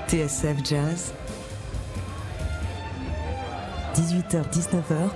TSF Jazz, 18h-19h,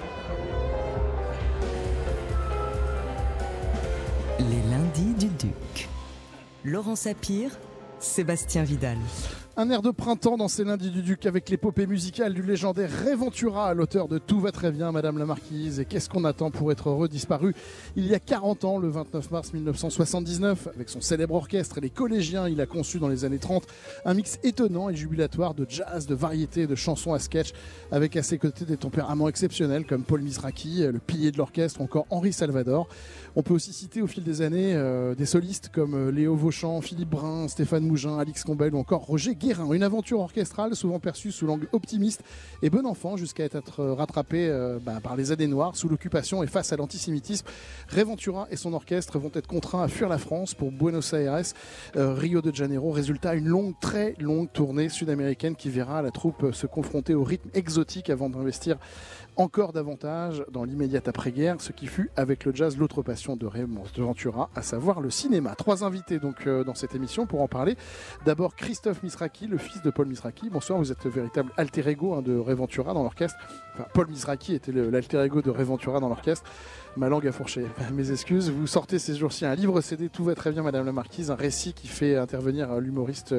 les lundis du Duc. Laurent Sapir, Sébastien Vidal. Un air de printemps dans ces lundis du Duc avec l'épopée musicale du légendaire Ray Ventura, l'auteur de Tout va très bien, Madame la Marquise. Et qu'est-ce qu'on attend pour être heureux, disparu il y a 40 ans, le 29 mars 1979. Avec son célèbre orchestre et les collégiens, il a conçu dans les années 30 un mix étonnant et jubilatoire de jazz, de variétés et de chansons à sketch, avec à ses côtés des tempéraments exceptionnels comme Paul Mizrachi, le pilier de l'orchestre, ou encore Henri Salvador. On peut aussi citer au fil des années des solistes comme Léo Vauchamp, Philippe Brun, Stéphane Mougin, Alix Combel ou encore Roger Guérin. Une aventure orchestrale souvent perçue sous l'angle optimiste et bon enfant jusqu'à être rattrapé par les années noires sous l'occupation et face à l'antisémitisme. Ray Ventura et son orchestre vont être contraints à fuir la France pour Buenos Aires, Rio de Janeiro. Résultat, une longue, très longue tournée sud-américaine qui verra la troupe se confronter au rythme exotique avant d'investir encore davantage dans l'immédiate après-guerre, ce qui fut avec le jazz l'autre passion de Ray Ventura, à savoir le cinéma. Trois invités donc dans cette émission pour en parler. D'abord Christophe Mizrachi, le fils de Paul Mizrachi. Bonsoir, vous êtes le véritable alter ego de Ray Ventura dans l'orchestre. Enfin, Paul Mizrachi était l'alter ego de Ray Ventura dans l'orchestre. Ma langue a fourché, mes excuses. Vous sortez ces jours-ci un livre CD, Tout va très bien, Madame la Marquise, un récit qui fait intervenir l'humoriste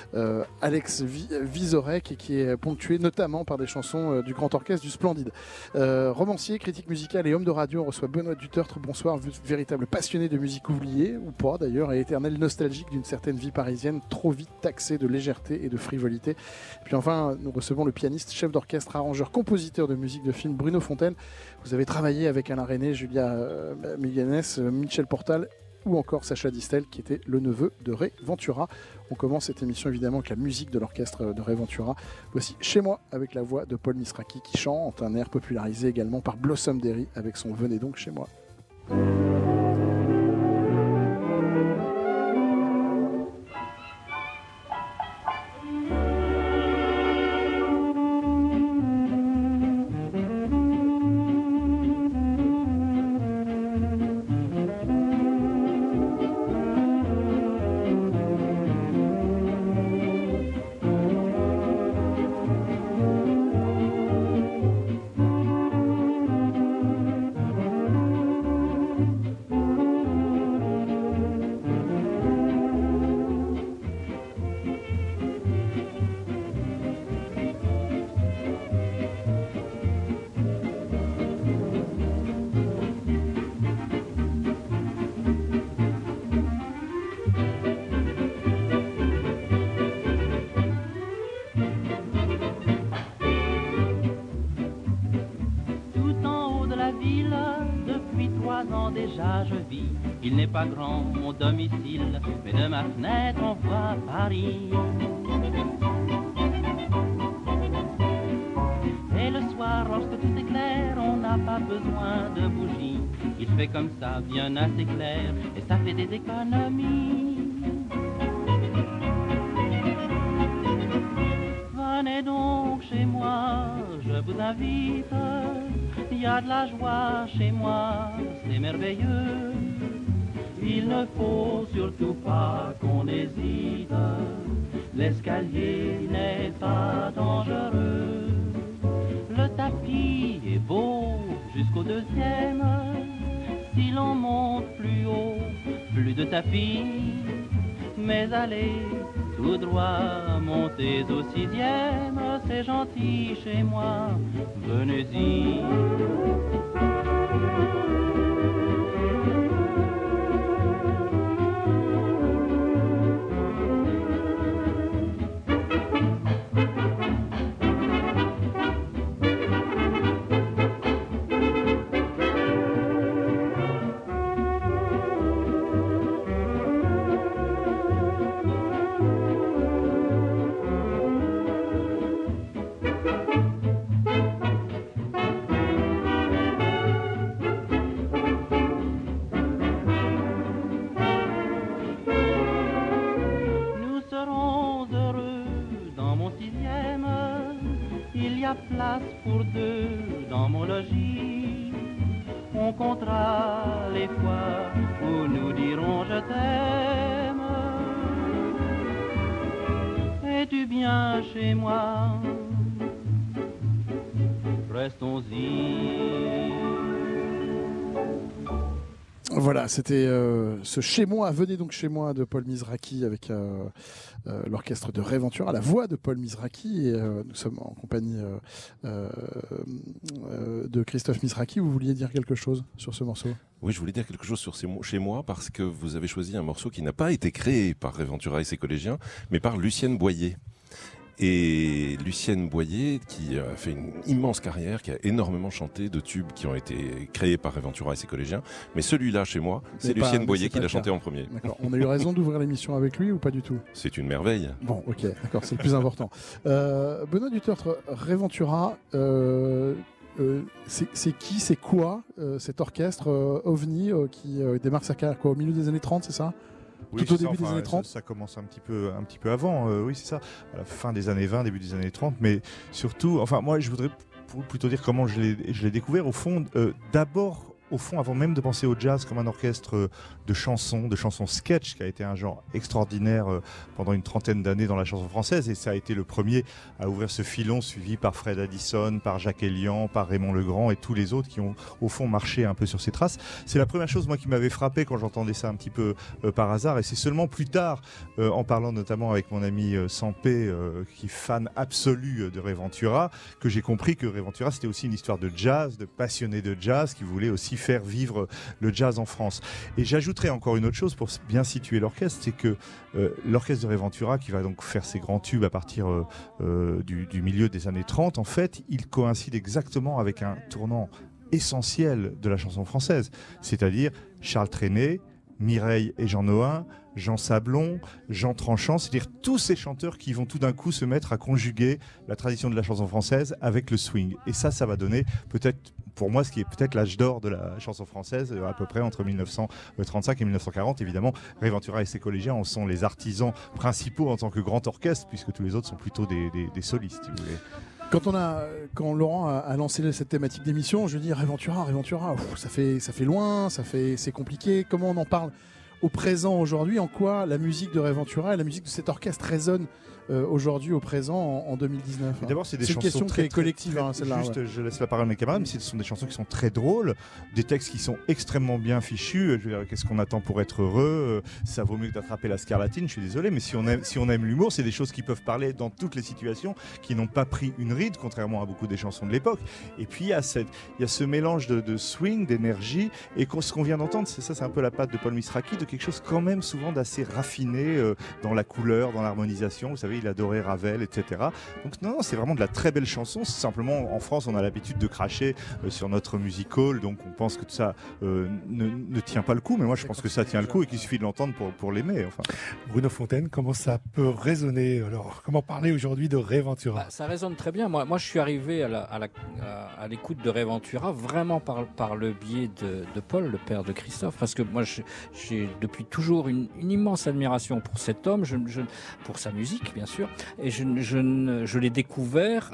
Alex Vizorek et qui est ponctué notamment par des chansons du Grand Orchestre du Splendide. Romancier, critique musicale et homme de radio, on reçoit Benoît Dutertre. Bonsoir, véritable passionné de musique oubliée, ou pas d'ailleurs, et éternel nostalgique d'une certaine vie parisienne trop vite taxée de légèreté et de frivolité. Et puis enfin, nous recevons le pianiste, chef d'orchestre, arrangeur, compositeur de musique de film Bruno Fontaine. Vous avez travaillé avec Alain René, Julia Miganes, Michel Portal ou encore Sacha Distel qui était le neveu de Ray Ventura. On commence cette émission évidemment avec la musique de l'orchestre de Ray Ventura. Voici Chez moi avec la voix de Paul Mizrachi qui chante un air popularisé également par Blossom Derry avec son Venez donc chez moi. Il n'est pas grand mon domicile, mais de ma fenêtre on voit Paris. Et le soir, lorsque tout est clair, on n'a pas besoin de bougies. Il fait comme ça, bien assez clair, et ça fait des économies. Venez donc chez moi, je vous invite. Il y a de la joie chez moi, c'est merveilleux. Il ne faut surtout pas qu'on hésite, l'escalier n'est pas dangereux. Le tapis est beau jusqu'au deuxième, si l'on monte plus haut, plus de tapis. Mais allez tout droit, montez au sixième, c'est gentil chez moi, venez-y. Place pour deux dans mon logis. On comptera les fois où nous dirons je t'aime. Es-tu bien viens chez moi. Restons-y. Voilà, c'était ce Chez moi, venez donc chez moi de Paul Mizrachi avec l'orchestre de Ray Ventura, la voix de Paul Mizrachi. Et nous sommes en compagnie de Christophe Mizrachi. Vous vouliez dire quelque chose sur ce morceau ? Oui, je voulais dire quelque chose sur Chez moi parce que vous avez choisi un morceau qui n'a pas été créé par Ray Ventura et ses collégiens, mais par Lucienne Boyer. Et Lucienne Boyer, qui a fait une immense carrière, qui a énormément chanté de tubes qui ont été créés par Ray Ventura et ses collégiens. Mais celui-là, Chez moi, c'est Lucienne Boyer qui l'a chanté en premier. D'accord. On a eu raison d'ouvrir l'émission avec lui ou pas du tout ? C'est une merveille. Bon, ok, d'accord, c'est le plus important. Benoît Dutertre, Ray Ventura, c'est qui, c'est quoi cet orchestre OVNI qui démarre sa carrière au milieu des années 30, c'est ça ? Oui, tout au début des années 30. Ça commence un petit peu avant, oui c'est ça, à la fin des années 20, début des années 30, mais surtout, enfin moi je voudrais plutôt dire comment je l'ai découvert, au fond, d'abord, au fond, avant même de penser au jazz comme un orchestre de chansons sketch, qui a été un genre extraordinaire pendant une trentaine d'années dans la chanson française, et ça a été le premier à ouvrir ce filon, suivi par Fred Addison, par Jacques Elian, par Raymond Legrand et tous les autres qui ont au fond marché un peu sur ses traces. C'est la première chose moi qui m'avait frappé quand j'entendais ça un petit peu par hasard, et c'est seulement plus tard, en parlant notamment avec mon ami Sampé, qui est fan absolu de Ray Ventura, que j'ai compris que Ray Ventura c'était aussi une histoire de jazz, de passionnés de jazz qui voulaient aussi faire vivre le jazz en France. Et j'ajouterai encore une autre chose pour bien situer l'orchestre, c'est que l'orchestre de Ray Ventura, qui va donc faire ses grands tubes à partir du milieu des années 30, en fait, il coïncide exactement avec un tournant essentiel de la chanson française, c'est-à-dire Charles Trenet, Mireille et Jean Nohain, Jean Sablon, Jean Tranchant, c'est-à-dire tous ces chanteurs qui vont tout d'un coup se mettre à conjuguer la tradition de la chanson française avec le swing. Et ça va donner peut-être, pour moi, ce qui est peut-être l'âge d'or de la chanson française, à peu près entre 1935 et 1940. Évidemment, Ray Ventura et ses collégiens en sont les artisans principaux en tant que grand orchestre, puisque tous les autres sont plutôt des solistes, si vous voulez. Quand Laurent a lancé cette thématique d'émission, je dis Ray Ventura, ça fait loin, c'est compliqué. Comment on en parle au présent aujourd'hui? En quoi la musique de Ray Ventura et la musique de cet orchestre résonnent aujourd'hui au présent en 2019? D'abord, c'est des une chansons question très collective, celle-là. Juste, ouais. je laisse la parole à mes camarades, mais ce sont des chansons qui sont très drôles, des textes qui sont extrêmement bien fichus. Je veux dire, qu'est-ce qu'on attend pour être heureux? Ça vaut mieux que d'attraper la scarlatine. Je suis désolé, mais si on aime l'humour, c'est des choses qui peuvent parler dans toutes les situations, qui n'ont pas pris une ride, contrairement à beaucoup des chansons de l'époque. Et puis il y a ce mélange de swing, d'énergie, et ce qu'on vient d'entendre, c'est un peu la patte de Paul Mizrachi, de quelque chose quand même souvent d'assez raffiné dans la couleur, dans l'harmonisation. Vous savez, il adorait Ravel, etc. Donc non, c'est vraiment de la très belle chanson. C'est simplement, en France, on a l'habitude de cracher sur notre music hall, donc on pense que tout ça ne tient pas le coup, mais moi je pense que ça tient le coup et qu'il suffit de l'entendre pour l'aimer. Enfin. Bruno Fontaine, comment ça peut résonner alors? Comment parler aujourd'hui de Ray Ventura? Ça résonne très bien. Moi, je suis arrivé à l'écoute de Ray Ventura vraiment par le biais de Paul, le père de Christophe, parce que moi j'ai depuis toujours une immense admiration pour cet homme, pour sa musique bien sûr, et je l'ai découvert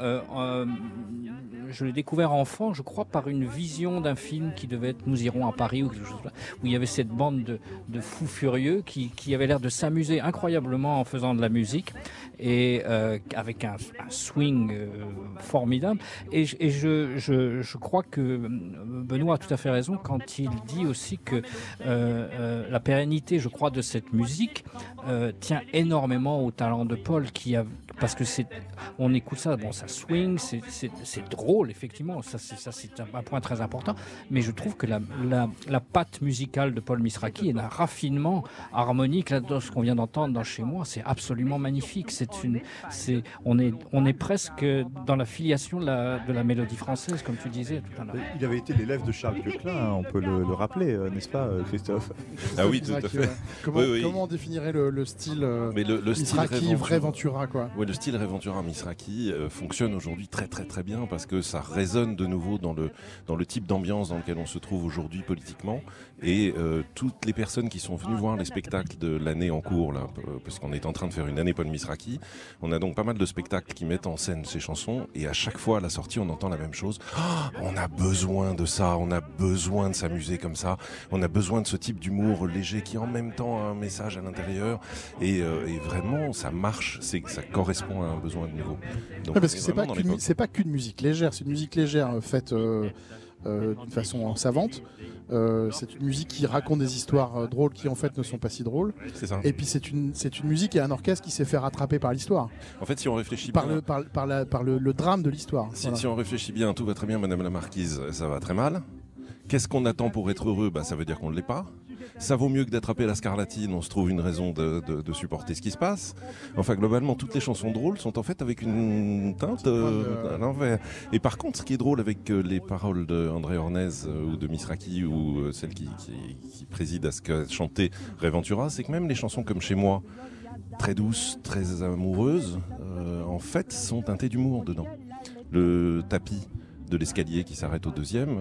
enfant, je crois, par une vision d'un film qui devait être Nous irons à Paris ou quelque chose là, où il y avait cette bande de fous furieux qui avait l'air de s'amuser incroyablement en faisant de la musique et avec un swing formidable. Et je crois que Benoît a tout à fait raison quand il dit aussi que la pérennité, je crois, de cette musique tient énormément au talent de Paul parce que on écoute ça, bon, ça swing, c'est drôle, effectivement, ça c'est un point très important, mais je trouve que la patte musicale de Paul Mizrachi et le raffinement harmonique, là, dans ce qu'on vient d'entendre dans Chez moi, c'est absolument magnifique. On est presque dans la filiation de la mélodie française, comme tu disais tout à l'heure. Il avait été l'élève de Charles Leclin, on peut le rappeler, n'est-ce pas, Christophe? Ah oui, tout à fait. Ouais. Comment oui. on définirait le style Mais le Mizrachi, Ray Ventura, quoi? Ouais, le style Ray Ventura Mizrachi fonctionne aujourd'hui très très très bien parce que ça résonne de nouveau dans le type d'ambiance dans lequel on se trouve aujourd'hui politiquement, et toutes les personnes qui sont venues voir les spectacles de l'année en cours là, parce qu'on est en train de faire une année Paul Mizrachi, on a donc pas mal de spectacles qui mettent en scène ces chansons, et à chaque fois à la sortie on entend la même chose. On a besoin de ça, on a besoin de s'amuser comme ça, on a besoin de ce type d'humour léger qui en même temps a un message à l'intérieur, et vraiment ça marche, ça correspond correspond à un besoin de nouveau. Donc, parce que on est c'est pas qu'une musique légère, c'est une musique légère faite d'une façon savante. C'est une musique qui raconte des histoires drôles qui en fait ne sont pas si drôles. C'est ça. Et puis c'est une musique et un orchestre qui s'est fait rattraper par l'histoire. En fait, si on réfléchit par bien, le drame de l'histoire. Si on réfléchit bien, tout va très bien, Madame la Marquise, ça va très mal. Qu'est-ce qu'on attend pour être heureux ? Ça veut dire qu'on ne l'est pas. Ça vaut mieux que d'attraper la scarlatine, on se trouve une raison de supporter ce qui se passe. Enfin, globalement, toutes les chansons drôles sont en fait avec une teinte à l'envers. Et par contre, ce qui est drôle avec les paroles d'André Hornez ou de Misraki ou celle qui préside à ce qu'a chanté Ray Ventura, c'est que même les chansons comme Chez moi, très douces, très amoureuses, en fait, sont teintées d'humour dedans. Le tapis de l'escalier qui s'arrête au deuxième,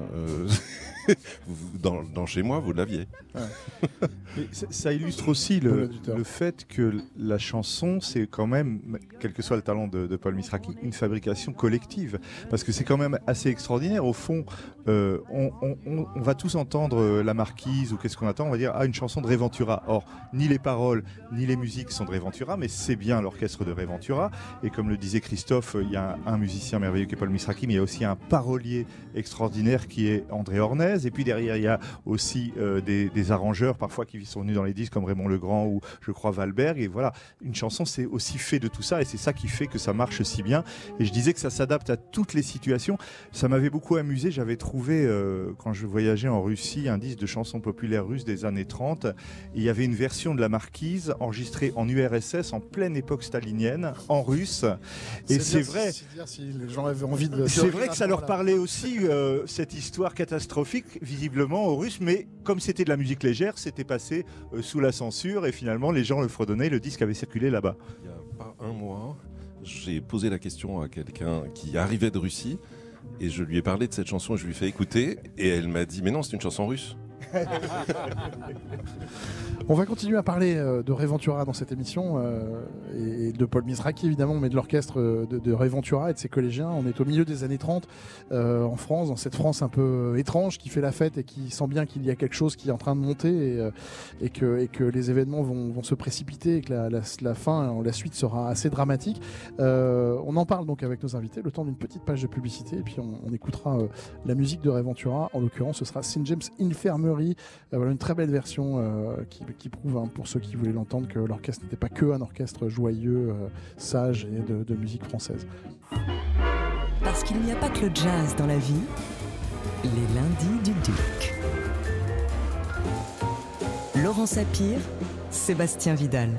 dans Chez moi, vous l'aviez. Ouais. Ça illustre aussi le fait que la chanson, c'est quand même, quel que soit le talent de Paul Misraki, une fabrication collective. Parce que c'est quand même assez extraordinaire. Au fond, on va tous entendre La Marquise ou qu'est-ce qu'on attend ? On va dire une chanson de Ray Ventura. Or, ni les paroles, ni les musiques sont de Ray Ventura, mais c'est bien l'orchestre de Ray Ventura. Et comme le disait Christophe, il y a un musicien merveilleux qui est Paul Misraki, mais il y a aussi un parolier extraordinaire qui est André Hornez. Et puis derrière, il y a aussi des arrangeurs parfois qui sont venus dans les disques comme Raymond Legrand ou je crois Valberg. Et voilà, une chanson c'est aussi fait de tout ça et c'est ça qui fait que ça marche si bien. Et je disais que ça s'adapte à toutes les situations. Ça m'avait beaucoup amusé. J'avais trouvé, quand je voyageais en Russie, un disque de chansons populaires russes des années 30. Et il y avait une version de La Marquise enregistrée en URSS en pleine époque stalinienne, en russe. Et c'est vrai. Si les gens avaient envie de. C'est vrai que ça leur parlait aussi, cette histoire catastrophique, visiblement, aux Russes, mais comme c'était de la musique légère, c'était passé sous la censure et finalement les gens le fredonnaient, le disque avait circulé là-bas. Il n'y a pas un mois, j'ai posé la question à quelqu'un qui arrivait de Russie et je lui ai parlé de cette chanson, je lui ai fait écouter et elle m'a dit « Mais non, c'est une chanson russe ». On va continuer à parler de Ray Ventura dans cette émission et de Paul Misraki évidemment, mais de l'orchestre de Ray Ventura et de ses collégiens. On est au milieu des années 30 en France, dans cette France un peu étrange qui fait la fête et qui sent bien qu'il y a quelque chose qui est en train de monter et que les événements vont se précipiter et que la fin, la suite sera assez dramatique. On en parle donc avec nos invités, le temps d'une petite page de publicité et puis on écoutera la musique de Ray Ventura. En l'occurrence, ce sera St. James Infirmary. Voilà une très belle version qui prouve, pour ceux qui voulaient l'entendre, que l'orchestre n'était pas que un orchestre joyeux, sage et de musique française. Parce qu'il n'y a pas que le jazz dans la vie, les lundis du Duc. Laurent Sapir, Sébastien Vidal.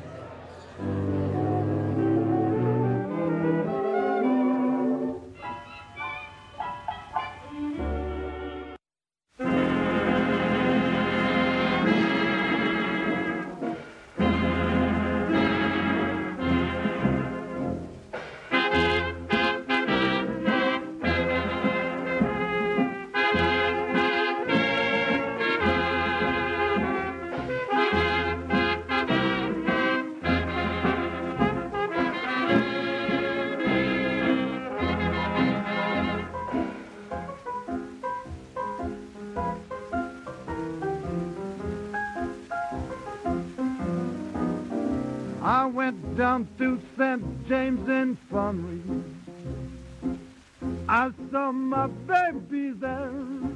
I went down to St. James Infirmary. I saw my baby there,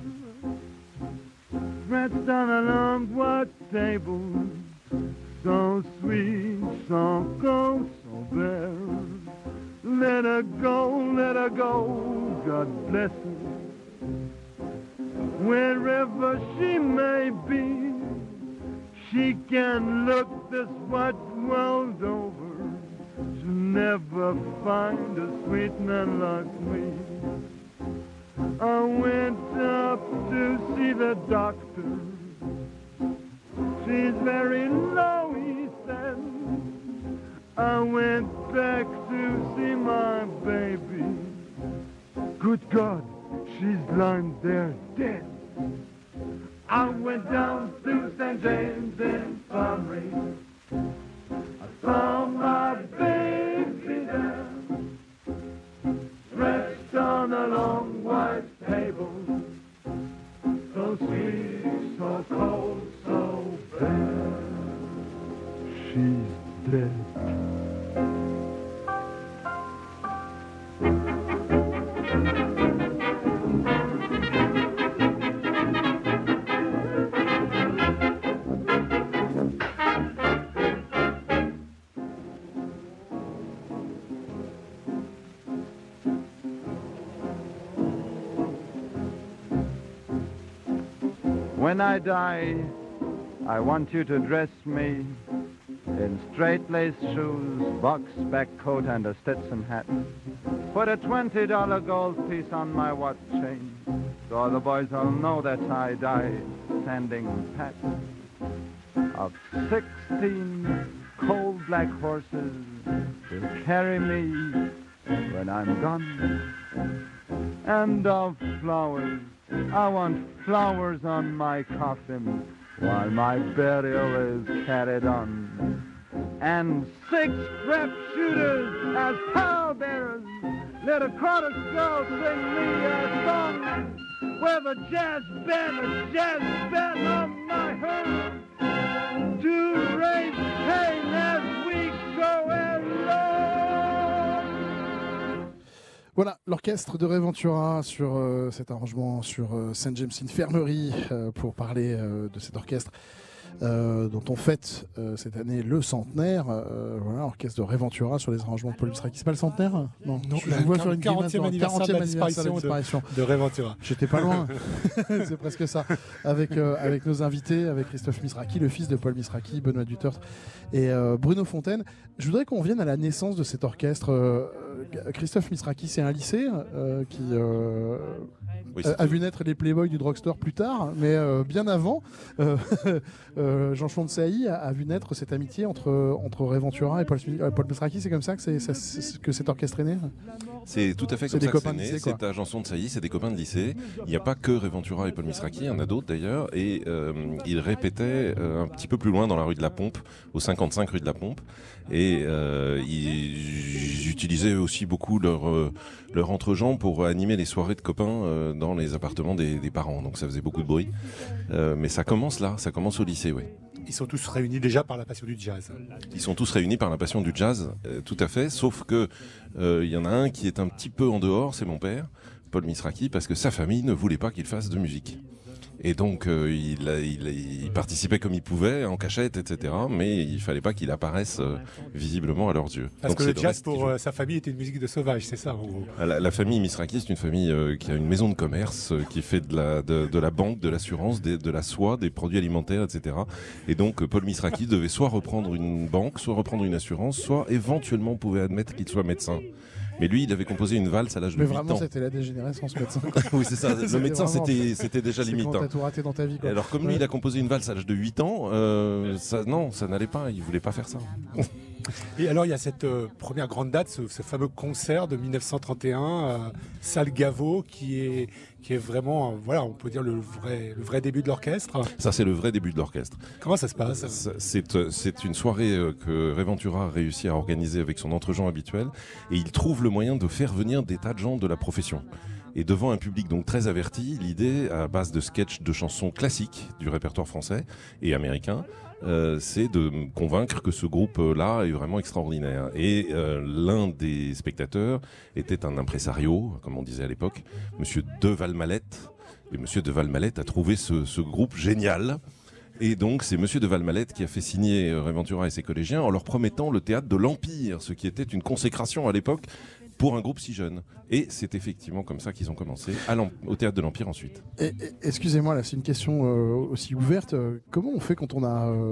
stretched on a long white table, so sweet, so cold, so bare. Let her go, God bless her. Wherever she may be, she can look this white world over. She'll never find a sweet man like me. I went up to see the doctor. She's very low, he said. I went back to see my baby. Good God, she's lying there dead. I went down to St. James Infirmary. I saw my baby there, stretched on a long white table, so sweet, so cold, so bare. She's dead. When I die, I want you to dress me in straight-laced shoes, box-back coat, and a Stetson hat. Put a $20 gold piece on my watch chain, so all the boys will know that I died standing pat. Of 16 cold black horses will carry me when I'm gone. And of flowers, I want flowers on my coffin while my burial is carried on. And 6 rep shooters as pallbearers, let a chorus girl sing me a song with a jazz band on my head to raise Cain as we go along. Voilà, l'orchestre de Ray Ventura sur cet arrangement sur St. James Infirmary pour parler de cet orchestre dont on fête cette année le centenaire. Voilà, l'orchestre de Ray Ventura sur les arrangements de Paul Misraki. C'est pas le centenaire? Non, je vois sur une 40e anniversaire de la disparition de Ray Ventura. J'étais pas loin. C'est presque ça. Avec nos invités, avec Christophe Misraki, le fils de Paul Misraki, Benoît Dutertre et Bruno Fontaine. Je voudrais qu'on vienne à la naissance de cet orchestre. Christophe Misraki, c'est un lycée qui a vu naître les Playboys du drugstore plus tard, mais bien avant, Jean-Chlon de Sailly a vu naître cette amitié entre Ray Ventura et Paul Misraki. C'est comme ça que cet orchestre est né? C'est tout à fait comme ça que c'est né. C'est à Janson de Sailly, c'est des copains de lycée. Il n'y a pas que Ray Ventura et Paul Misraki, il y en a d'autres d'ailleurs. Et ils répétaient un petit peu plus loin dans la rue de la Pompe, au 55 rue de la Pompe. Et ils utilisaient aussi beaucoup leur entre-gens pour animer les soirées de copains dans les appartements des parents. Donc ça faisait beaucoup de bruit. Mais ça commence là, ça commence au lycée, oui. Ils sont tous réunis déjà par la passion du jazz. Ils sont tous réunis par la passion du jazz, tout à fait, sauf que il y en a un qui est un petit peu en dehors, c'est mon père, Paul Misraki, parce que sa famille ne voulait pas qu'il fasse de musique. Et donc il participait comme il pouvait, en cachette, etc. Mais il fallait pas qu'il apparaisse visiblement à leurs yeux. Parce donc, que le jazz pour sa famille était une musique de sauvage, c'est ça en gros. La famille Misraki, c'est une famille qui a une maison de commerce, qui fait de la banque, de l'assurance, de la soie, des produits alimentaires, etc. Et donc Paul Misraki devait soit reprendre une banque, soit reprendre une assurance, soit éventuellement pouvait admettre qu'il soit médecin. Mais lui, il avait composé une valse à l'âge de 8 ans. Mais vraiment, c'était la dégénérescence médecin. Oui, c'est ça. Le médecin, c'était déjà limite. Quand t'as tout raté dans ta vie. Quoi. Alors, comme lui, il a composé une valse à l'âge de 8 ans, ça n'allait pas. Il voulait pas faire ça. Et alors, il y a cette première grande date, ce fameux concert de 1931, Salle Gaveau, qui est vraiment, voilà, on peut dire le vrai début de l'orchestre. Ça, c'est le vrai début de l'orchestre. Comment ça se passe? C'est une soirée que Ray Ventura a réussi à organiser avec son entre-gens habituel, et il trouve le moyen de faire venir des tas de gens de la profession. Et devant un public donc très averti, l'idée, à base de sketchs de chansons classiques du répertoire français et américain, c'est de convaincre que ce groupe-là est vraiment extraordinaire. Et l'un des spectateurs était un impresario, comme on disait à l'époque, Monsieur de Valmalette. Et Monsieur de Valmalette a trouvé ce groupe génial. Et donc c'est Monsieur de Valmalette qui a fait signer Ray Ventura et ses collégiens en leur promettant le théâtre de l'Empire, ce qui était une consécration à l'époque pour un groupe si jeune. Et c'est effectivement comme ça qu'ils ont commencé au Théâtre de l'Empire ensuite. Excusez-moi, là, c'est une question aussi ouverte. Comment on fait quand on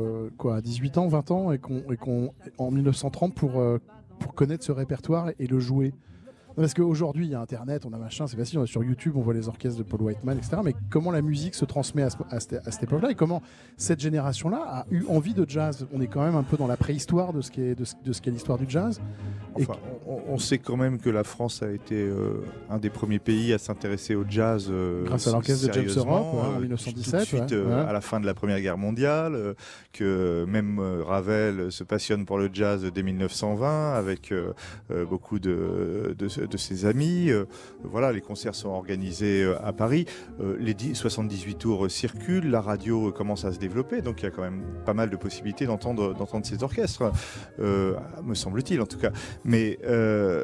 a 18 ans, 20 ans et qu'on en 1930 pour connaître ce répertoire et le jouer? Parce qu'aujourd'hui, il y a Internet, on a machin, c'est facile, on est sur YouTube, on voit les orchestres de Paul Whiteman, etc. Mais comment la musique se transmet à cette époque-là et comment cette génération-là a eu envie de jazz? On est quand même un peu dans la préhistoire de ce qu'est l'histoire du jazz. Enfin, on sait quand même que la France a été un des premiers pays à s'intéresser au jazz grâce à l'orchestre de James Europe en 1917. Tout de suite, à la fin de la Première Guerre mondiale, que même Ravel se passionne pour le jazz dès 1920 avec beaucoup de ses amis. Voilà, les concerts sont organisés à Paris. Les 78 tours circulent, la radio commence à se développer, donc il y a quand même pas mal de possibilités d'entendre ces orchestres, me semble-t-il en tout cas. Mais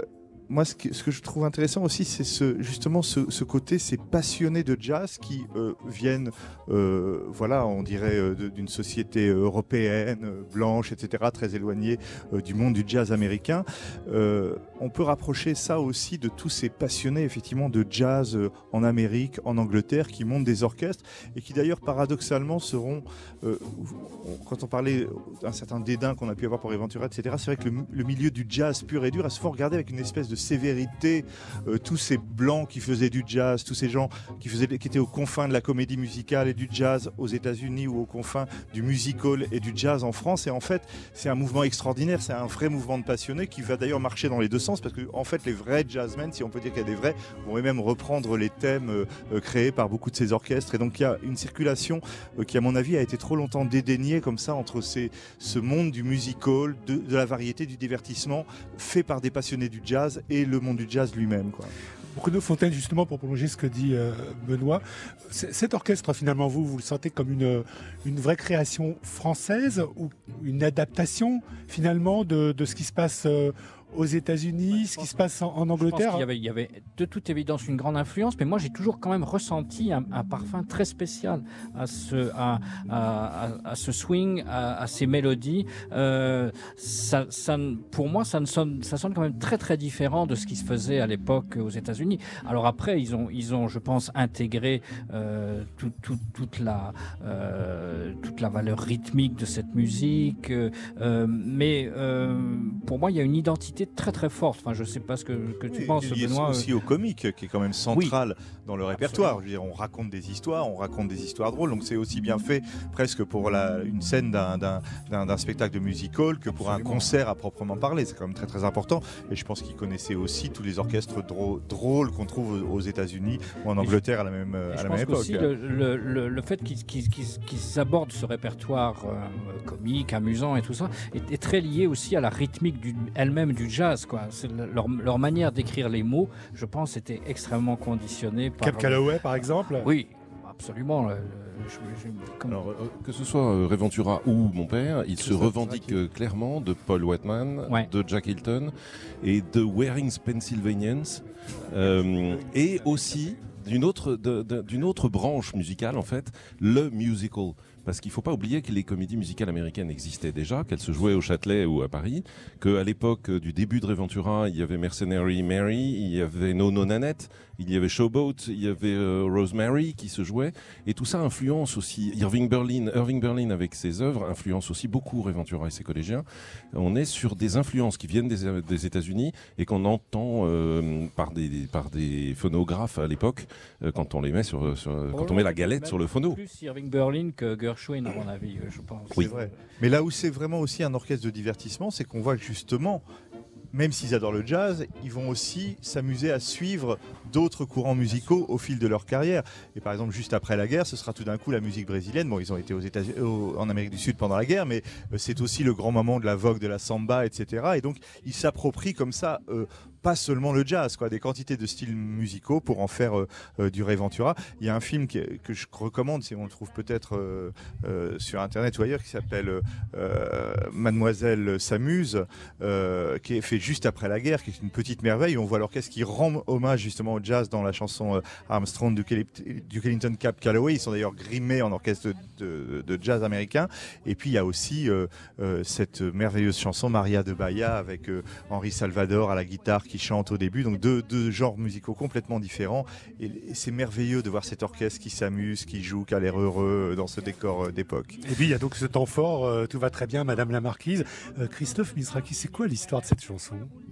moi, ce que je trouve intéressant aussi, c'est ce côté, ces passionnés de jazz qui viennent, on dirait, d'une société européenne, blanche, etc., très éloignée du monde du jazz américain. On peut rapprocher ça aussi de tous ces passionnés, effectivement, de jazz en Amérique, en Angleterre, qui montent des orchestres et qui, d'ailleurs, paradoxalement, seront, quand on parlait d'un certain dédain qu'on a pu avoir pour Ventura, etc., c'est vrai que le milieu du jazz pur et dur a souvent regardé avec une espèce de sévérité tous ces blancs qui faisaient du jazz, tous ces gens qui étaient aux confins de la comédie musicale et du jazz aux États-Unis ou aux confins du musical et du jazz en France. Et en fait, c'est un mouvement extraordinaire, c'est un vrai mouvement de passionnés qui va d'ailleurs marcher dans les deux sens parce que en fait, les vrais jazzmen, si on peut dire qu'il y a des vrais, vont même reprendre les thèmes créés par beaucoup de ces orchestres. Et donc il y a une circulation qui, à mon avis, a été trop longtemps dédaignée comme ça entre ce monde du musical, de la variété, du divertissement fait par des passionnés du jazz et le monde du jazz lui-même, quoi. Bruno Fontaine, justement, pour prolonger ce que dit Benoît, cet orchestre, finalement, vous le sentez comme une vraie création française ou une adaptation, finalement, de ce qui se passe aux États-Unis, ce qui se passe en Angleterre? Je pense qu'il y avait de toute évidence une grande influence, mais moi j'ai toujours quand même ressenti un parfum très spécial à ce swing, à ces mélodies. Pour moi, ça sonne quand même très très différent de ce qui se faisait à l'époque aux États-Unis. Alors après, ils ont, je pense, intégré toute la valeur rythmique de cette musique, mais pour moi, il y a une identité très très forte. Enfin, je sais pas ce que tu penses, Benoît. Aussi au comique, qui est quand même central dans le répertoire. Je veux dire, on raconte des histoires drôles. Donc c'est aussi bien fait presque pour une scène d'un spectacle de musical que pour un concert à proprement parler. C'est quand même très très important. Et je pense qu'il connaissait aussi tous les orchestres drôles qu'on trouve aux États-Unis ou en Angleterre à la même époque. Aussi le fait qu'ils abordent ce répertoire comique, amusant et tout ça est très lié aussi à la rythmique elle-même du jazz, quoi. C'est leur manière d'écrire les mots, je pense, était extrêmement conditionnée par... Cab Calloway, par exemple. Oui, absolument. Alors, que ce soit Ray Ventura ou mon père, il se revendique clairement de Paul Whiteman, de Jack Hilton et de Waring's Pennsylvanians, et aussi d'une autre branche musicale, en fait, le musical. Parce qu'il ne faut pas oublier que les comédies musicales américaines existaient déjà, qu'elles se jouaient au Châtelet ou à Paris, qu'à l'époque du début de Ray Ventura, il y avait Mercenary Mary, il y avait No No Nanette, il y avait Showboat, il y avait Rosemary qui se jouait, et tout ça influence aussi Irving Berlin avec ses œuvres influence aussi beaucoup Ray Ventura et ses collégiens. On est sur des influences qui viennent des États-Unis et qu'on entend par des phonographes à l'époque quand on les met quand on met la galette sur le phono. Plus Irving Berlin que Gershwin, à mon avis, je pense. Oui, c'est vrai. Mais là où c'est vraiment aussi un orchestre de divertissement, c'est qu'on voit que justement, même s'ils adorent le jazz, ils vont aussi s'amuser à suivre d'autres courants musicaux au fil de leur carrière. Et par exemple, juste après la guerre, ce sera tout d'un coup la musique brésilienne. Bon, ils ont été en Amérique du Sud pendant la guerre, mais c'est aussi le grand moment de la vogue de la samba, etc. Et donc, ils s'approprient comme ça pas seulement le jazz, quoi, des quantités de styles musicaux pour en faire du Ray Ventura. Il y a un film que je recommande, si on le trouve peut-être sur Internet ou ailleurs, qui s'appelle Mademoiselle s'amuse, qui est fait juste après la guerre, qui est une petite merveille. On voit l'orchestre qui rend hommage justement au jazz dans la chanson Armstrong du Ellington Cab Calloway. Ils sont d'ailleurs grimés en orchestre de jazz américain. Et puis il y a aussi cette merveilleuse chanson Maria de Bahia avec Henri Salvador à la guitare qui chante au début. Donc deux genres musicaux complètement différents. Et c'est merveilleux de voir cet orchestre qui s'amuse, qui joue, qui a l'air heureux dans ce décor d'époque. Et puis il y a donc ce temps fort, tout va très bien, Madame la Marquise. Christophe Misraki, c'est quoi l'histoire de cette chanson?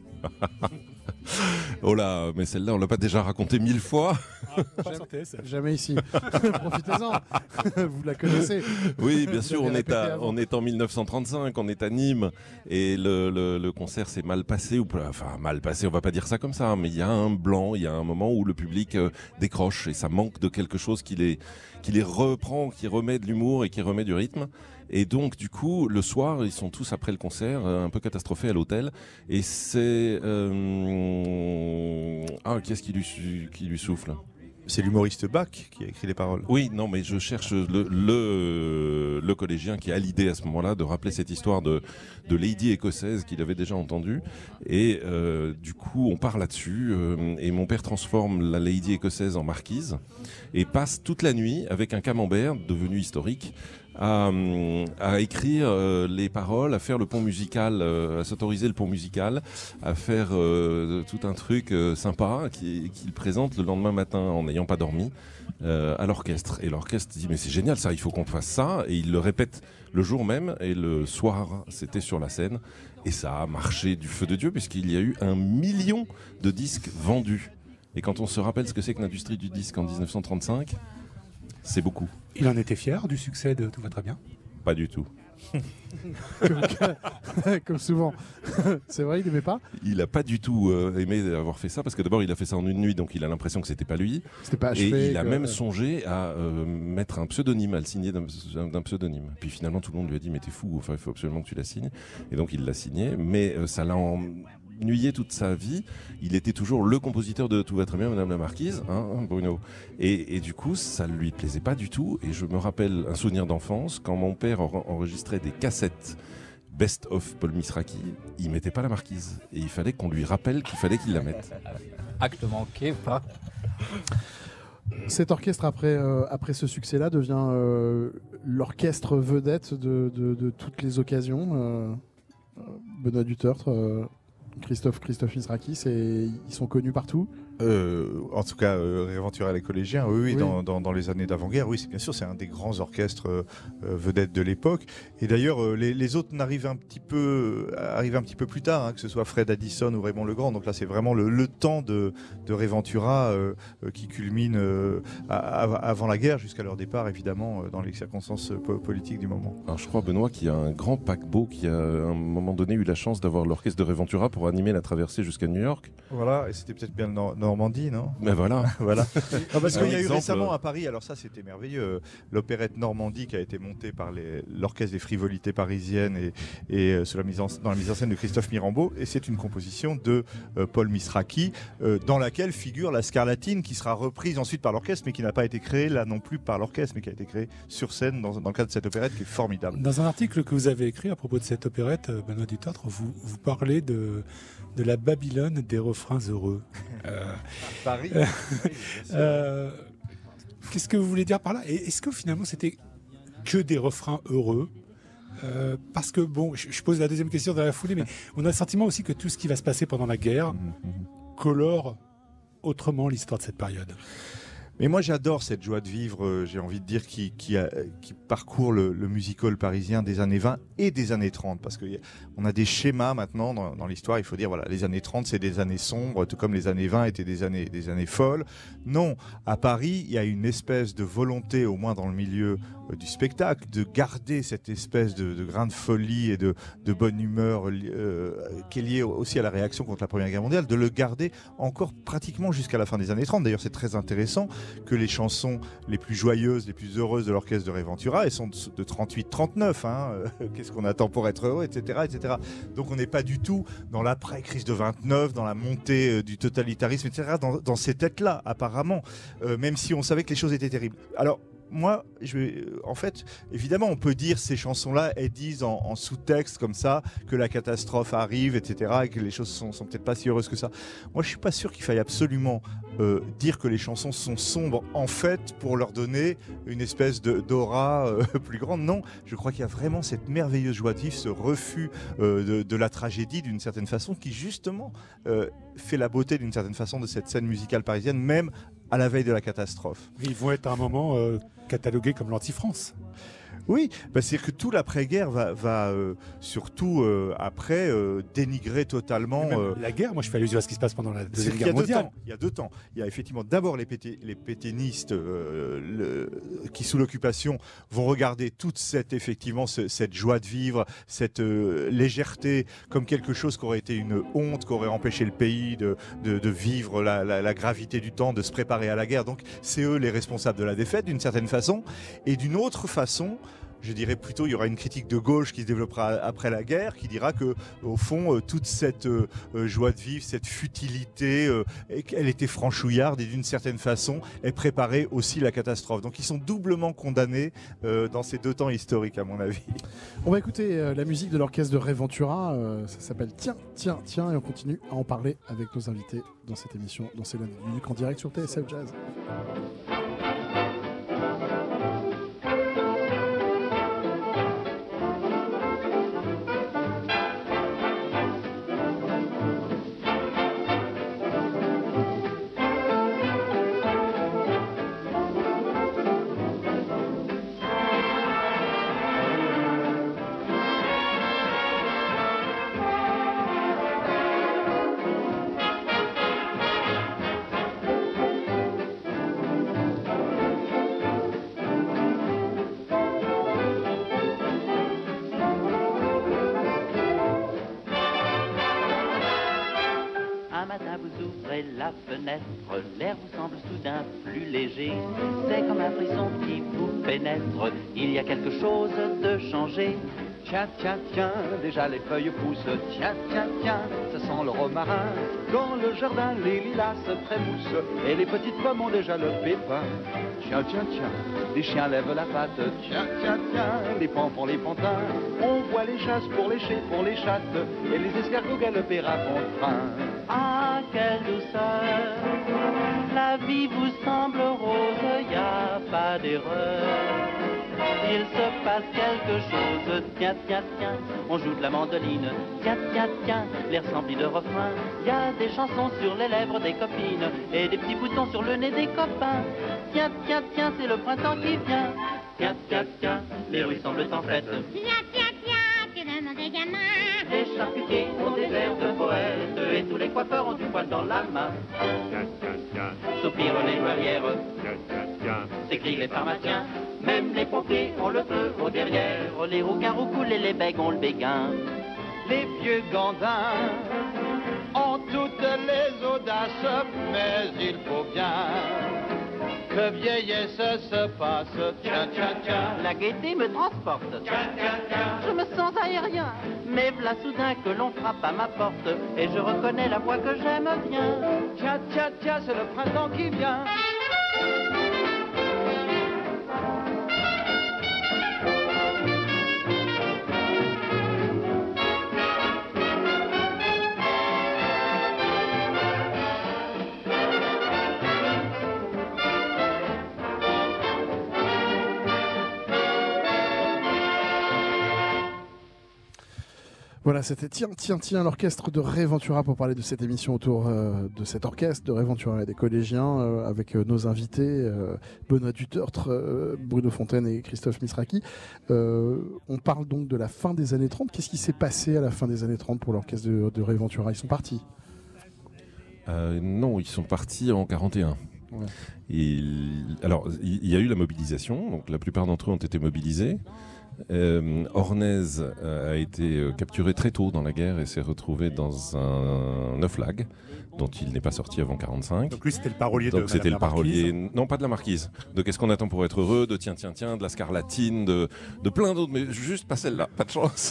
Oh là, mais celle-là, on l'a pas déjà racontée 1000 fois? Jamais ici. Profitez-en. Vous la connaissez. Oui, bien sûr, on est en 1935, on est à Nîmes, et le concert s'est mal passé, mal passé, on va pas dire ça comme ça, mais il y a un blanc, il y a un moment où le public décroche, et ça manque de quelque chose qui les reprend, qui remet de l'humour et qui remet du rythme. Et donc, du coup, le soir, ils sont tous après le concert, un peu catastrophés à l'hôtel. Et c'est... qu'est-ce qui lui souffle? C'est l'humoriste Bach qui a écrit les paroles. Oui, non, mais je cherche le collégien qui a l'idée à ce moment-là de rappeler cette histoire de lady écossaise qu'il avait déjà entendue. Et du coup, on part là-dessus. Et mon père transforme la lady écossaise en marquise et passe toute la nuit avec un camembert devenu historique à écrire les paroles, à faire le pont musical, à s'autoriser le pont musical, à faire tout un truc sympa qu'il présente le lendemain matin en n'ayant pas dormi à l'orchestre. Et l'orchestre dit mais c'est génial ça, il faut qu'on fasse ça. Et il le répète le jour même et le soir c'était sur la scène. Et ça a marché du feu de Dieu puisqu'il y a eu 1 million de disques vendus. Et quand on se rappelle ce que c'est que l'industrie du disque en 1935, c'est beaucoup. Il en était fier du succès de Tout va très bien? Pas du tout. Comme souvent. C'est vrai, il n'aimait pas. Il n'a pas du tout aimé avoir fait ça parce que d'abord il a fait ça en une nuit, donc il a l'impression que c'était pas lui. C'était pas et achevé. Il a même songé à mettre un pseudonyme, à le signer d'un pseudonyme. Puis finalement tout le monde lui a dit mais t'es fou, enfin il faut absolument que tu la signes. Et donc il l'a signé, mais ça l'a ennuyé toute sa vie. Il était toujours le compositeur de Tout va très bien, Madame la Marquise, hein, Bruno. Et du coup, ça lui plaisait pas du tout. Et je me rappelle un souvenir d'enfance, quand mon père enregistrait des cassettes Best of Paul Misraki, il mettait pas la Marquise. Et il fallait qu'on lui rappelle qu'il fallait qu'il la mette. Acte manqué, pas. Cet orchestre, après ce succès-là, devient l'orchestre vedette de toutes les occasions. Benoît Dutertre, Christophe Misrakis, et ils sont connus partout. En tout cas, Réventura les collégiens, oui. Dans les années d'avant-guerre, oui, bien sûr, c'est un des grands orchestres vedettes de l'époque. Et d'ailleurs, les autres arrivent un petit peu plus tard, hein, que ce soit Fred Addison ou Raymond Legrand. Donc là, c'est vraiment le temps de Réventura qui culmine avant la guerre, jusqu'à leur départ, évidemment, dans les circonstances politiques du moment. Alors, je crois, Benoît, qu'il y a un grand paquebot qui a, à un moment donné, eu la chance d'avoir l'orchestre de Réventura pour animer la traversée jusqu'à New York. Voilà, et c'était peut-être bien Normandie, non ? Mais voilà. Voilà. Parce qu'il y a eu exemple, récemment à Paris, alors ça c'était merveilleux, l'opérette Normandie qui a été montée par l'Orchestre des Frivolités Parisiennes et dans la mise en scène de Christophe Mirambeau, et c'est une composition de Paul Misraki, dans laquelle figure la Scarlatine qui sera reprise ensuite par l'orchestre, mais qui n'a pas été créée là non plus par l'orchestre, mais qui a été créée sur scène dans le cadre de cette opérette qui est formidable. Dans un article que vous avez écrit à propos de cette opérette, Benoît Dutertre, vous parlez de la Babylone des refrains heureux. Paris. Qu'est-ce que vous voulez dire par là? Et est-ce que finalement c'était que des refrains heureux? Parce que bon, je pose la deuxième question dans la foulée, mais on a le sentiment aussi que tout ce qui va se passer pendant la guerre colore autrement l'histoire de cette période. Mais moi j'adore cette joie de vivre, j'ai envie de dire, qui parcourt le musical parisien des années 20 et des années 30, parce qu'on a des schémas maintenant dans l'histoire. Il faut dire, voilà, les années 30 c'est des années sombres, tout comme les années 20 étaient des années folles. Non, à Paris il y a une espèce de volonté, au moins dans le milieu du spectacle, de garder cette espèce de grain de folie et de bonne humeur qui est liée aussi à la réaction contre la Première Guerre mondiale, de le garder encore pratiquement jusqu'à la fin des années 30. D'ailleurs c'est très intéressant que les chansons les plus joyeuses, les plus heureuses de l'orchestre de Réventura, elles sont de 38-39, hein, qu'est-ce qu'on attend pour être heureux, etc., etc. Donc on n'est pas du tout dans l'après-crise de 29, dans la montée du totalitarisme, etc., dans ces têtes-là, apparemment, même si on savait que les choses étaient terribles. Alors, moi, en fait, évidemment, on peut dire ces chansons-là, elles disent en sous-texte comme ça que la catastrophe arrive, etc., et que les choses sont peut-être pas si heureuses que ça. Moi, je suis pas sûr qu'il faille absolument dire que les chansons sont sombres, en fait, pour leur donner une espèce d'aura plus grande. Non, je crois qu'il y a vraiment cette merveilleuse joie de vivre, ce refus de la tragédie, d'une certaine façon, qui justement fait la beauté, d'une certaine façon, de cette scène musicale parisienne, même à la veille de la catastrophe. Ils vont être à un moment catalogués comme l'anti-France. Oui, c'est-à-dire que tout l'après-guerre va surtout après dénigrer totalement... La guerre, moi je fais allusion à ce qui se passe pendant la Deuxième Guerre mondiale. Il y a deux temps. Il y a effectivement d'abord les pétainistes qui, sous l'occupation, vont regarder toute cette joie de vivre, cette légèreté, comme quelque chose qui aurait été une honte, qui aurait empêché le pays de vivre la gravité du temps, de se préparer à la guerre. Donc c'est eux les responsables de la défaite, d'une certaine façon. Et d'une autre façon, je dirais plutôt il y aura une critique de gauche qui se développera après la guerre, qui dira que au fond toute cette joie de vivre, cette futilité, elle était franchouillarde et d'une certaine façon elle préparait aussi la catastrophe. Donc ils sont doublement condamnés dans ces deux temps historiques à mon avis. On va écouter la musique de l'orchestre de Ray Ventura, ça s'appelle Tiens, tiens, tiens, et on continue à en parler avec nos invités dans cette émission, dans ces lundis du Duc en direct sur TSF Jazz. La fenêtre, l'air vous semble soudain plus léger. C'est comme un frisson qui vous pénètre. Il y a quelque chose de changé. Tiens, tiens, tiens, déjà les feuilles poussent. Tiens, tiens, tiens, ça sent le romarin. Dans le jardin, les lilas se trémoussent et les petites pommes ont déjà le pépin. Tiens, tiens, tiens, les chiens lèvent la patte. Tiens, tiens, tiens, les pans pour les pantins. On voit les chasses pour les chais, pour les chattes et les escargots galoper à bon train. Ah, quelle douceur, la vie vous semble rose, y a pas d'erreur. Il se passe quelque chose, tiens, tiens, tiens, on joue de la mandoline, tiens, tiens, tiens, l'air s'emplit de refrains. Y a des chansons sur les lèvres des copines et des petits boutons sur le nez des copains. Tiens, tiens, tiens, c'est le printemps qui vient. Tiens, tiens, tiens, les rues semblent en fête. Tiens, tiens, tiens, tu demandes des gamins. Les charcutiers ont des airs de poète et tous les coiffeurs ont du poil dans la main. Tiens, tiens, tiens, Soupirent les douanières, tiens, tiens, tiens. s'écrient les pharmaciens. Même les pompiers ont le feu au derrière. Les rouquins roucoulent et les bègues ont le béguin. Les vieux gandins ont toutes les audaces, mais il faut bien que vieillesse se passe. Tiens, tiens, tiens, la gaieté me transporte. Tiens, tiens, tiens, je me sens aérien. Mais v'là soudain que l'on frappe à ma porte et je reconnais la voix que j'aime bien. Tiens, tiens, tiens, c'est le printemps qui vient. Voilà, c'était Tiens, tiens, tiens, l'orchestre de Ray Ventura pour parler de cette émission autour de cet orchestre de Ray Ventura et des collégiens avec nos invités Benoît Dutertre, Bruno Fontaine et Christophe Misraki. On parle donc de la fin des années 30. Qu'est-ce qui s'est passé à la fin des années 30 pour l'orchestre de Ray Ventura? Ils sont partis Non, ils sont partis en 41. Ouais. Alors, il y a eu la mobilisation, donc la plupart d'entre eux ont été mobilisés. Ornez a été capturé très tôt dans la guerre et s'est retrouvé dans un Neuflag dont il n'est pas sorti avant 45. Donc lui c'était le parolier de c'était Madame le parolier, Marquise. non pas de la Marquise, de Qu'est-ce qu'on attend pour être heureux, de Tiens tiens tiens, de la Scarlatine, de plein d'autres, mais juste pas celle-là, pas de chance.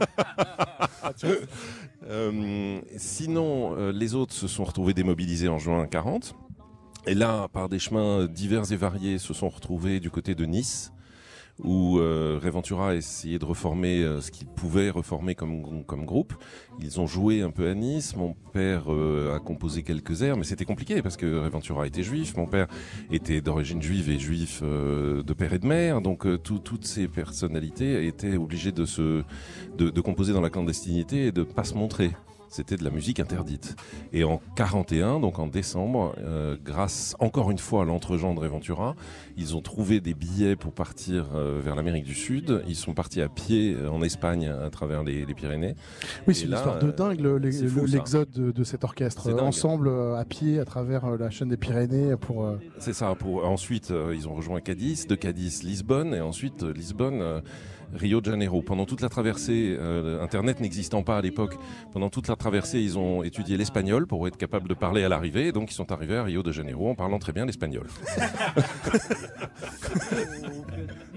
Sinon, les autres se sont retrouvés démobilisés en juin 40 et là, par des chemins divers et variés, se sont retrouvés du côté de Nice, où Ray Ventura a essayé de reformer ce qu'il pouvait reformer comme groupe. Ils ont joué un peu à Nice. Mon père a composé quelques airs, mais c'était compliqué parce que Ray Ventura était juif. Mon père était d'origine juive et juif de père et de mère. Donc toutes ces personnalités étaient obligées de composer dans la clandestinité et de pas se montrer. C'était de la musique interdite. Et en 41, donc en décembre, grâce encore une fois à l'entregent de Ray Ventura, ils ont trouvé des billets pour partir vers l'Amérique du Sud. Ils sont partis à pied en Espagne à travers les Pyrénées. Oui, c'est une histoire de dingue, l'exode de cet orchestre. Ensemble, à pied, à travers la chaîne des Pyrénées. C'est ça. Ensuite, ils ont rejoint Cadiz, de Cadiz, Lisbonne, et ensuite Lisbonne... Rio de Janeiro. Pendant toute la traversée, Internet n'existant pas à l'époque, pendant toute la traversée, ils ont étudié l'espagnol pour être capables de parler à l'arrivée. Et donc, ils sont arrivés à Rio de Janeiro en parlant très bien l'espagnol.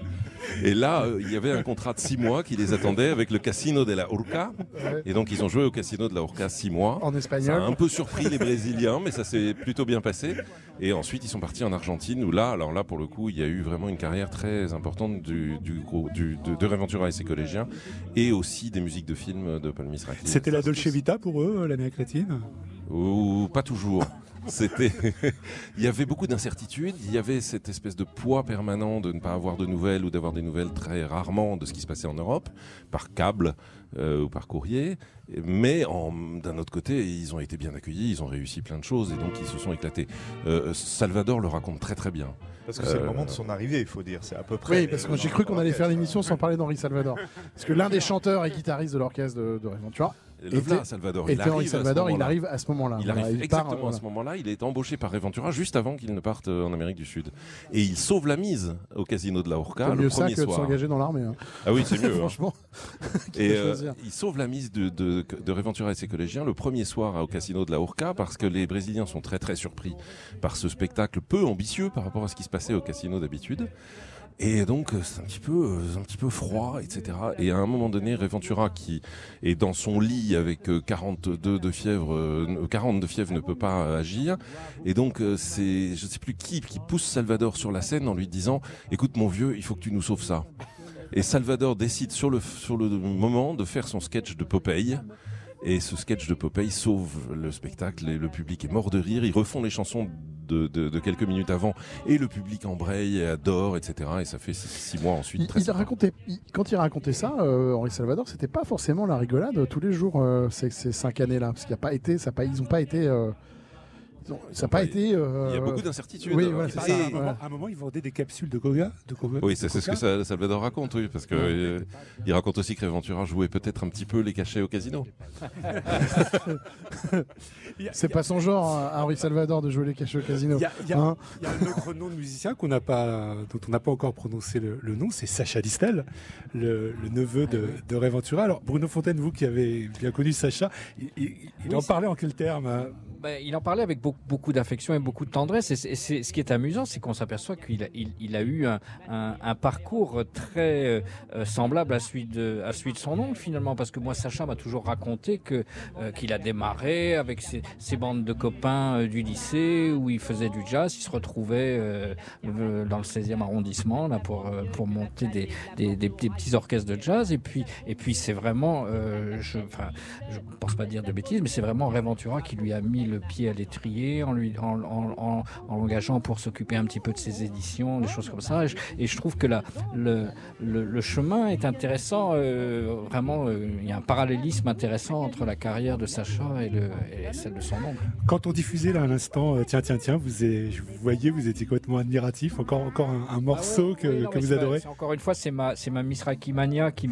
Et là, il y avait un contrat de 6 mois qui les attendait avec le Casino de la Urca. Et donc, ils ont joué au Casino de la Urca 6 mois. En espagnol. Ça a un peu surpris les Brésiliens, mais ça s'est plutôt bien passé. Et ensuite, ils sont partis en Argentine, où là, pour le coup, il y a eu vraiment une carrière très importante de Reventura et ses collégiens, et aussi des musiques de films de Paul Misraki. C'était la Dolce Vita pour eux, l'Amérique latine? Ou pas toujours. Il y avait beaucoup d'incertitudes, il y avait cette espèce de poids permanent de ne pas avoir de nouvelles ou d'avoir des nouvelles très rarement de ce qui se passait en Europe, par câble ou par courrier. Mais d'un autre côté, ils ont été bien accueillis, ils ont réussi plein de choses et donc ils se sont éclatés. Salvador le raconte très très bien. Parce que c'est le moment de son arrivée, il faut dire. C'est à peu près. Oui, parce que j'ai cru qu'on allait faire l'émission sans parler d'Henri Salvador. Parce que l'un des chanteurs et guitaristes de l'orchestre de Reventura Salvador. était Henri Salvador, il arrive à ce moment-là. Il arrive exactement à ce moment-là. Il est embauché par Reventura juste avant qu'il ne parte en Amérique du Sud. Et il sauve la mise au Casino de la Urca le premier soir. C'est mieux ça que de s'engager dans l'armée. Hein. Ah oui, c'est mieux. Franchement. Et il sauve la mise de Reventura et ses collégiens le premier soir au Casino de la Urca parce que les Brésiliens sont très très surpris par ce spectacle peu ambitieux par rapport à ce qui se passait au casino d'habitude. Et donc c'est un petit peu froid, etc. Et à un moment donné, Reventura, qui est dans son lit avec 40 de fièvre ne peut pas agir. Et donc c'est je sais plus qui pousse Salvador sur la scène en lui disant "Écoute mon vieux, il faut que tu nous sauves ça." Et Salvador décide sur le moment de faire son sketch de Popeye. Et ce sketch de Popeye sauve le spectacle et le public est mort de rire. Ils refont les chansons de quelques minutes avant et le public embraye et adore, etc. Et ça fait 6 mois ensuite. Quand il racontait ça, Henri Salvador, c'était pas forcément la rigolade tous les jours ces 5 années-là. Parce qu'il n'y a pas été, ils n'ont pas été... ça n'a pas été. Il y a beaucoup d'incertitudes. Oui, voilà, c'est ça. À un moment, ils vendaient des capsules de coca. Oui, c'est ce que Salvador raconte, oui, parce que il raconte aussi que Reventura jouait peut-être un petit peu les cachets au casino. C'est pas son genre, à Henri Salvador, de jouer les cachets au casino. Il y a un autre nom de musicien dont on n'a pas encore prononcé le nom, c'est Sacha Distel, le neveu de Reventura. Alors, Bruno Fontaine, vous qui avez bien connu Sacha, il en parlait en quels termes? Il en parlait avec beaucoup d'affection et beaucoup de tendresse. Et ce qui est amusant, c'est qu'on s'aperçoit qu'il a eu un parcours très semblable à celui de son oncle, finalement. Parce que moi, Sacha m'a toujours raconté qu'il a démarré avec ses bandes de copains du lycée où il faisait du jazz. Il se retrouvait dans le 16e arrondissement là, pour monter des petits orchestres de jazz. Et puis c'est vraiment, je pense pas dire de bêtises, mais c'est vraiment Reventura qui lui a mis le pied à l'étrier en l'engageant pour s'occuper un petit peu de ses éditions, des choses comme ça. Et je trouve que le chemin est intéressant. Vraiment, il y a un parallélisme intéressant entre la carrière de Sacha et celle de son oncle. Quand on diffusait là à l'instant, tiens, je vous voyais, vous étiez complètement admiratif. Encore un morceau que vous adorez. Encore une fois, c'est ma Misraki mania qui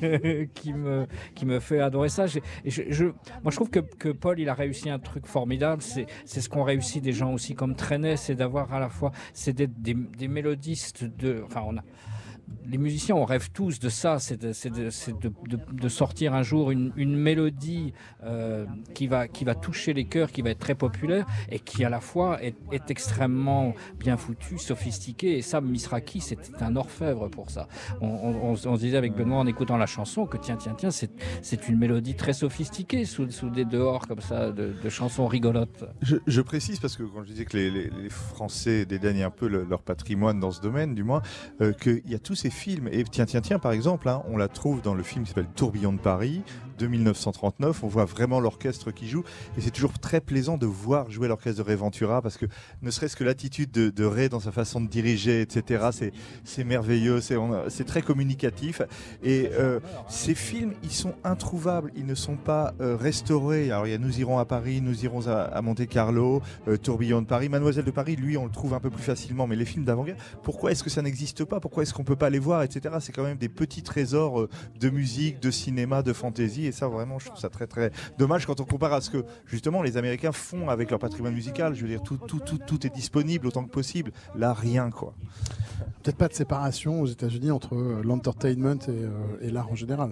me fait adorer ça. Moi, je trouve que Paul, il a réussi un truc formidable. C'est ce qu'ont réussi des gens aussi comme Trenet, c'est d'avoir à la fois des mélodistes les musiciens, on rêve tous de ça, c'est de sortir un jour une mélodie qui va toucher les cœurs, qui va être très populaire et qui à la fois est extrêmement bien foutue, sophistiquée. Et ça, Misraki, c'était un orfèvre pour ça. On se disait avec Benoît en écoutant la chanson que tiens, c'est une mélodie très sophistiquée sous des dehors comme ça de chansons rigolotes. Je précise parce que quand je disais que les Français dédaignent un peu leur patrimoine dans ce domaine, du moins, qu'il y a tous ces films, et tiens, par exemple, on la trouve dans le film qui s'appelle Tourbillon de Paris, de 1939, on voit vraiment l'orchestre qui joue, et c'est toujours très plaisant de voir jouer l'orchestre de Reventura, parce que ne serait-ce que l'attitude de Ray dans sa façon de diriger, etc., c'est merveilleux, c'est très communicatif, et ces films, ils sont introuvables, ils ne sont pas restaurés. Alors il y a Nous irons à Paris, Nous irons à Monte-Carlo, Tourbillon de Paris, Mademoiselle de Paris, lui on le trouve un peu plus facilement, mais les films d'avant-guerre, pourquoi est-ce que ça n'existe pas? Pourquoi est-ce qu'on peut pas les voir, etc. C'est quand même des petits trésors de musique, de cinéma, de fantaisie, et ça vraiment je trouve ça très très dommage quand on compare à ce que justement les Américains font avec leur patrimoine musical. Je veux dire, tout est disponible autant que possible, là rien quoi. Peut-être pas de séparation aux États-Unis entre l'entertainment et l'art en général.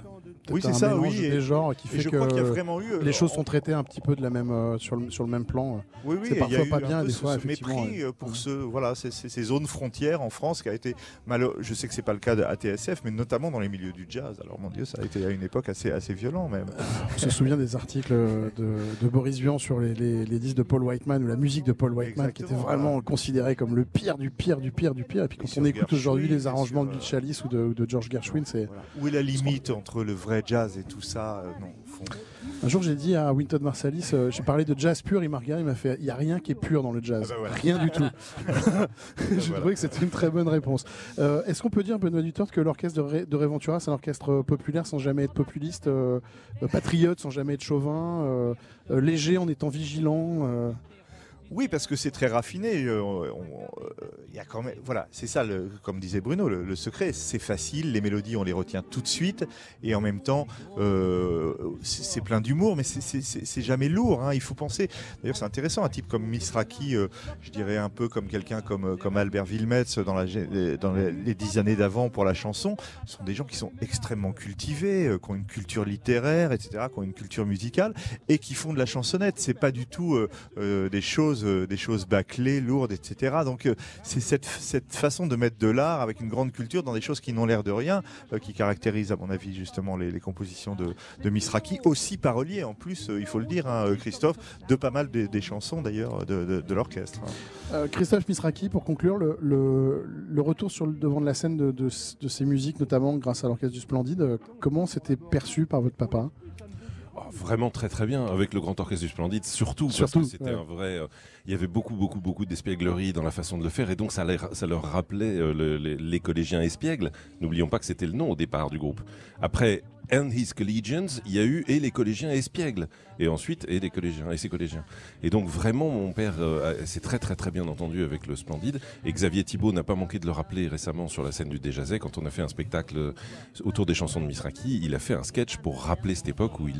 Oui, c'est un ça, mélange oui. des genres qui fait je que crois qu'il y a vraiment eu, les choses sont traitées un petit peu de la même, sur le même plan. Oui, c'est et il y a parfois eu pas un bien, peu des fois, ce effectivement. mépris pour ces zones frontières en France qui a été je sais que c'est pas le cas de ATSF, mais notamment dans les milieux du jazz. Alors mon Dieu, ça a été à une époque assez violent même. On se souvient des articles de Boris Vian sur les disques de Paul Whiteman ou la musique de Paul Whiteman qui était vraiment considérée comme le pire du pire du pire du pire. Et puis quand on écoute aujourd'hui les arrangements de Bill Chalice ou de George Gershwin, c'est... Où est la limite entre le vrai jazz et tout ça non, au fond. Un jour, j'ai dit à Wynton Marsalis, j'ai parlé de jazz pur, il m'a regardé, il m'a fait, il n'y a rien qui est pur dans le jazz. Voilà. Rien du tout. J'ai trouvé que c'était une très bonne réponse. Est-ce qu'on peut dire, Benoît Duterte, que l'orchestre de Réventura, c'est un orchestre populaire sans jamais être populiste, patriote sans jamais être chauvin, léger en étant vigilant Oui, parce que c'est très raffiné. Y a quand même, voilà, c'est ça, comme disait Bruno, le secret, c'est facile, les mélodies, on les retient tout de suite, et en même temps, c'est plein d'humour, mais c'est jamais lourd. Hein. Il faut penser, d'ailleurs c'est intéressant, un type comme Misraki, je dirais un peu comme quelqu'un comme Albert Wilmetz dans les 10 années d'avant pour la chanson, sont des gens qui sont extrêmement cultivés, qui ont une culture littéraire, etc., qui ont une culture musicale, et qui font de la chansonnette. C'est pas du tout des choses bâclées, lourdes, etc. Donc c'est cette façon de mettre de l'art avec une grande culture dans des choses qui n'ont l'air de rien, qui caractérise à mon avis justement les compositions de Misraki, aussi parolier en plus, il faut le dire, hein, Christophe, de pas mal des chansons d'ailleurs de l'orchestre. Christophe Misraki, pour conclure, le retour sur le devant de la scène de ces musiques, notamment grâce à l'orchestre du Splendide, comment c'était perçu par votre papa ? Vraiment très très bien avec le Grand Orchestre du Splendide, surtout parce que c'était un vrai. Il y avait beaucoup d'espièglerie dans la façon de le faire et donc ça leur rappelait les collégiens espiègles. N'oublions pas que c'était le nom au départ du groupe. Après And His Collegians, il y a eu et les collégiens espiègles et ensuite et les collégiens et ses collégiens. Et donc vraiment mon père s'est très très très bien entendu avec le Splendide et Xavier Thibault n'a pas manqué de le rappeler récemment sur la scène du Déjazet quand on a fait un spectacle autour des chansons de Misraki. Il a fait un sketch pour rappeler cette époque où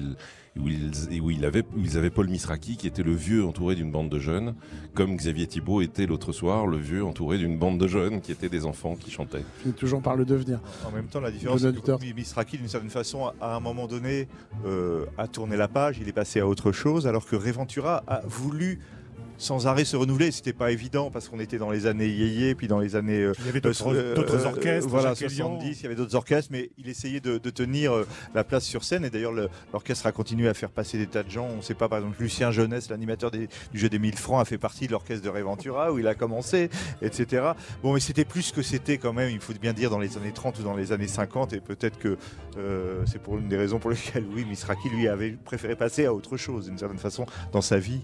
ils avaient Paul Misraki qui était le vieux entouré d'une bande de jeunes, comme Xavier Thibault était l'autre soir le vieux entouré d'une bande de jeunes qui étaient des enfants qui chantaient. Finit toujours par le devenir. En même temps, la différence, c'est que Misraki, d'une certaine façon, à un moment donné, a tourné la page, il est passé à autre chose, alors que Réventura a voulu sans arrêt se renouveler. C'était pas évident parce qu'on était dans les années yéyé, puis dans les années il y avait d'autres orchestres, voilà, 70, il y avait d'autres orchestres, mais il essayait de tenir la place sur scène. Et d'ailleurs l'orchestre a continué à faire passer des tas de gens. On ne sait pas, par exemple, Lucien Jeunesse, l'animateur du jeu des 1000 francs, a fait partie de l'orchestre de Réventura où il a commencé, etc. Bon, mais c'était plus que c'était quand même, il faut bien dire, dans les années 30 ou dans les années 50, et peut-être que c'est pour une des raisons pour lesquelles Misraki lui avait préféré passer à autre chose d'une certaine façon dans sa vie.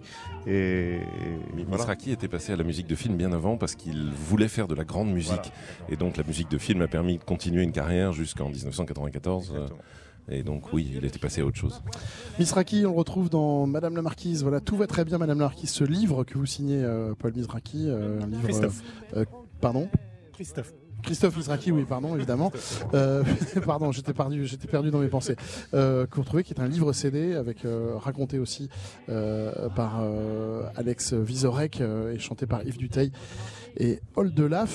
Mais Misraki était passé à la musique de film bien avant parce qu'il voulait faire de la grande musique. Et donc la musique de film a permis de continuer une carrière jusqu'en 1994. Et donc oui, il était passé à autre chose. Misraki, on le retrouve dans Madame la Marquise. Voilà, tout va très bien, Madame la Marquise. Ce livre que vous signez, Paul Misraki, un livre. Christophe. Pardon ? Christophe Misraki, oui, pardon, évidemment. Pardon, j'étais perdu dans mes pensées. Que vous retrouvez, qui est un livre CD avec raconté aussi par Alex Vizorek et chanté par Yves Duteil et Ol Delaf.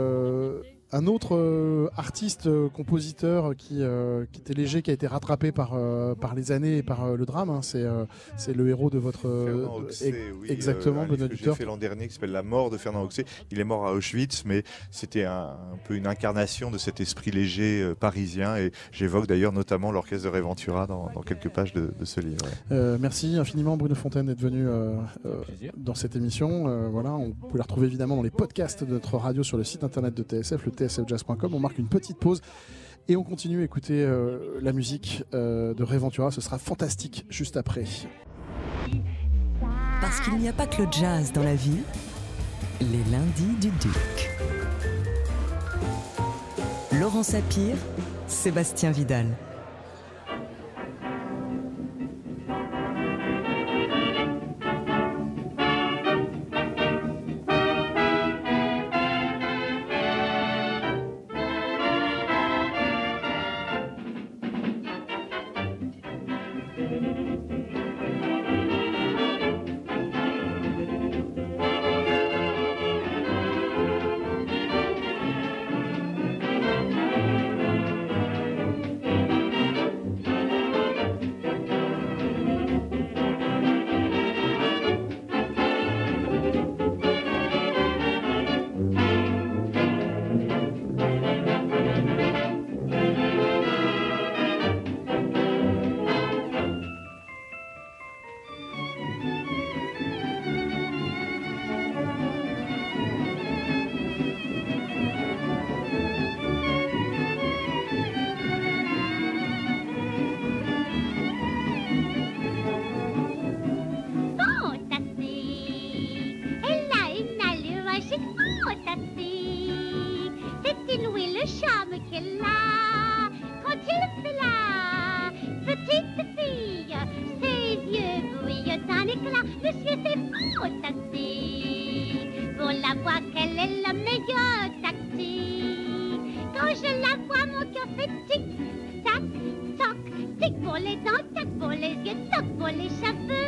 Un autre artiste, compositeur qui était léger, qui a été rattrapé par les années et par le drame. Hein. C'est le héros de votre... Fernand Hoxsey, oui, exactement, Benoît que j'ai Duterte. fait l'an dernier, qui s'appelle La mort de Fernand Hoxsey. Il est mort à Auschwitz, mais c'était un peu une incarnation de cet esprit léger parisien. Et j'évoque d'ailleurs notamment l'orchestre de Réventura dans quelques pages de ce livre. Ouais. Merci infiniment, Bruno Fontaine, d'être venu dans cette émission. Voilà, on peut la retrouver évidemment dans les podcasts de notre radio sur le site internet de TSF, le tsfjazz.com. On marque une petite pause et on continue à écouter la musique de Réventura. Ce sera fantastique juste après. Parce qu'il n'y a pas que le jazz dans la vie, les lundis du Duc. Laurent Sapir, Sébastien Vidal. l'éclat. Monsieur, c'est faux tactique. Pour la voir, quelle est la meilleure tactique? Quand je la vois, mon cœur fait tic, tac, toc, tic pour les dents, tac pour les yeux, toc pour les cheveux.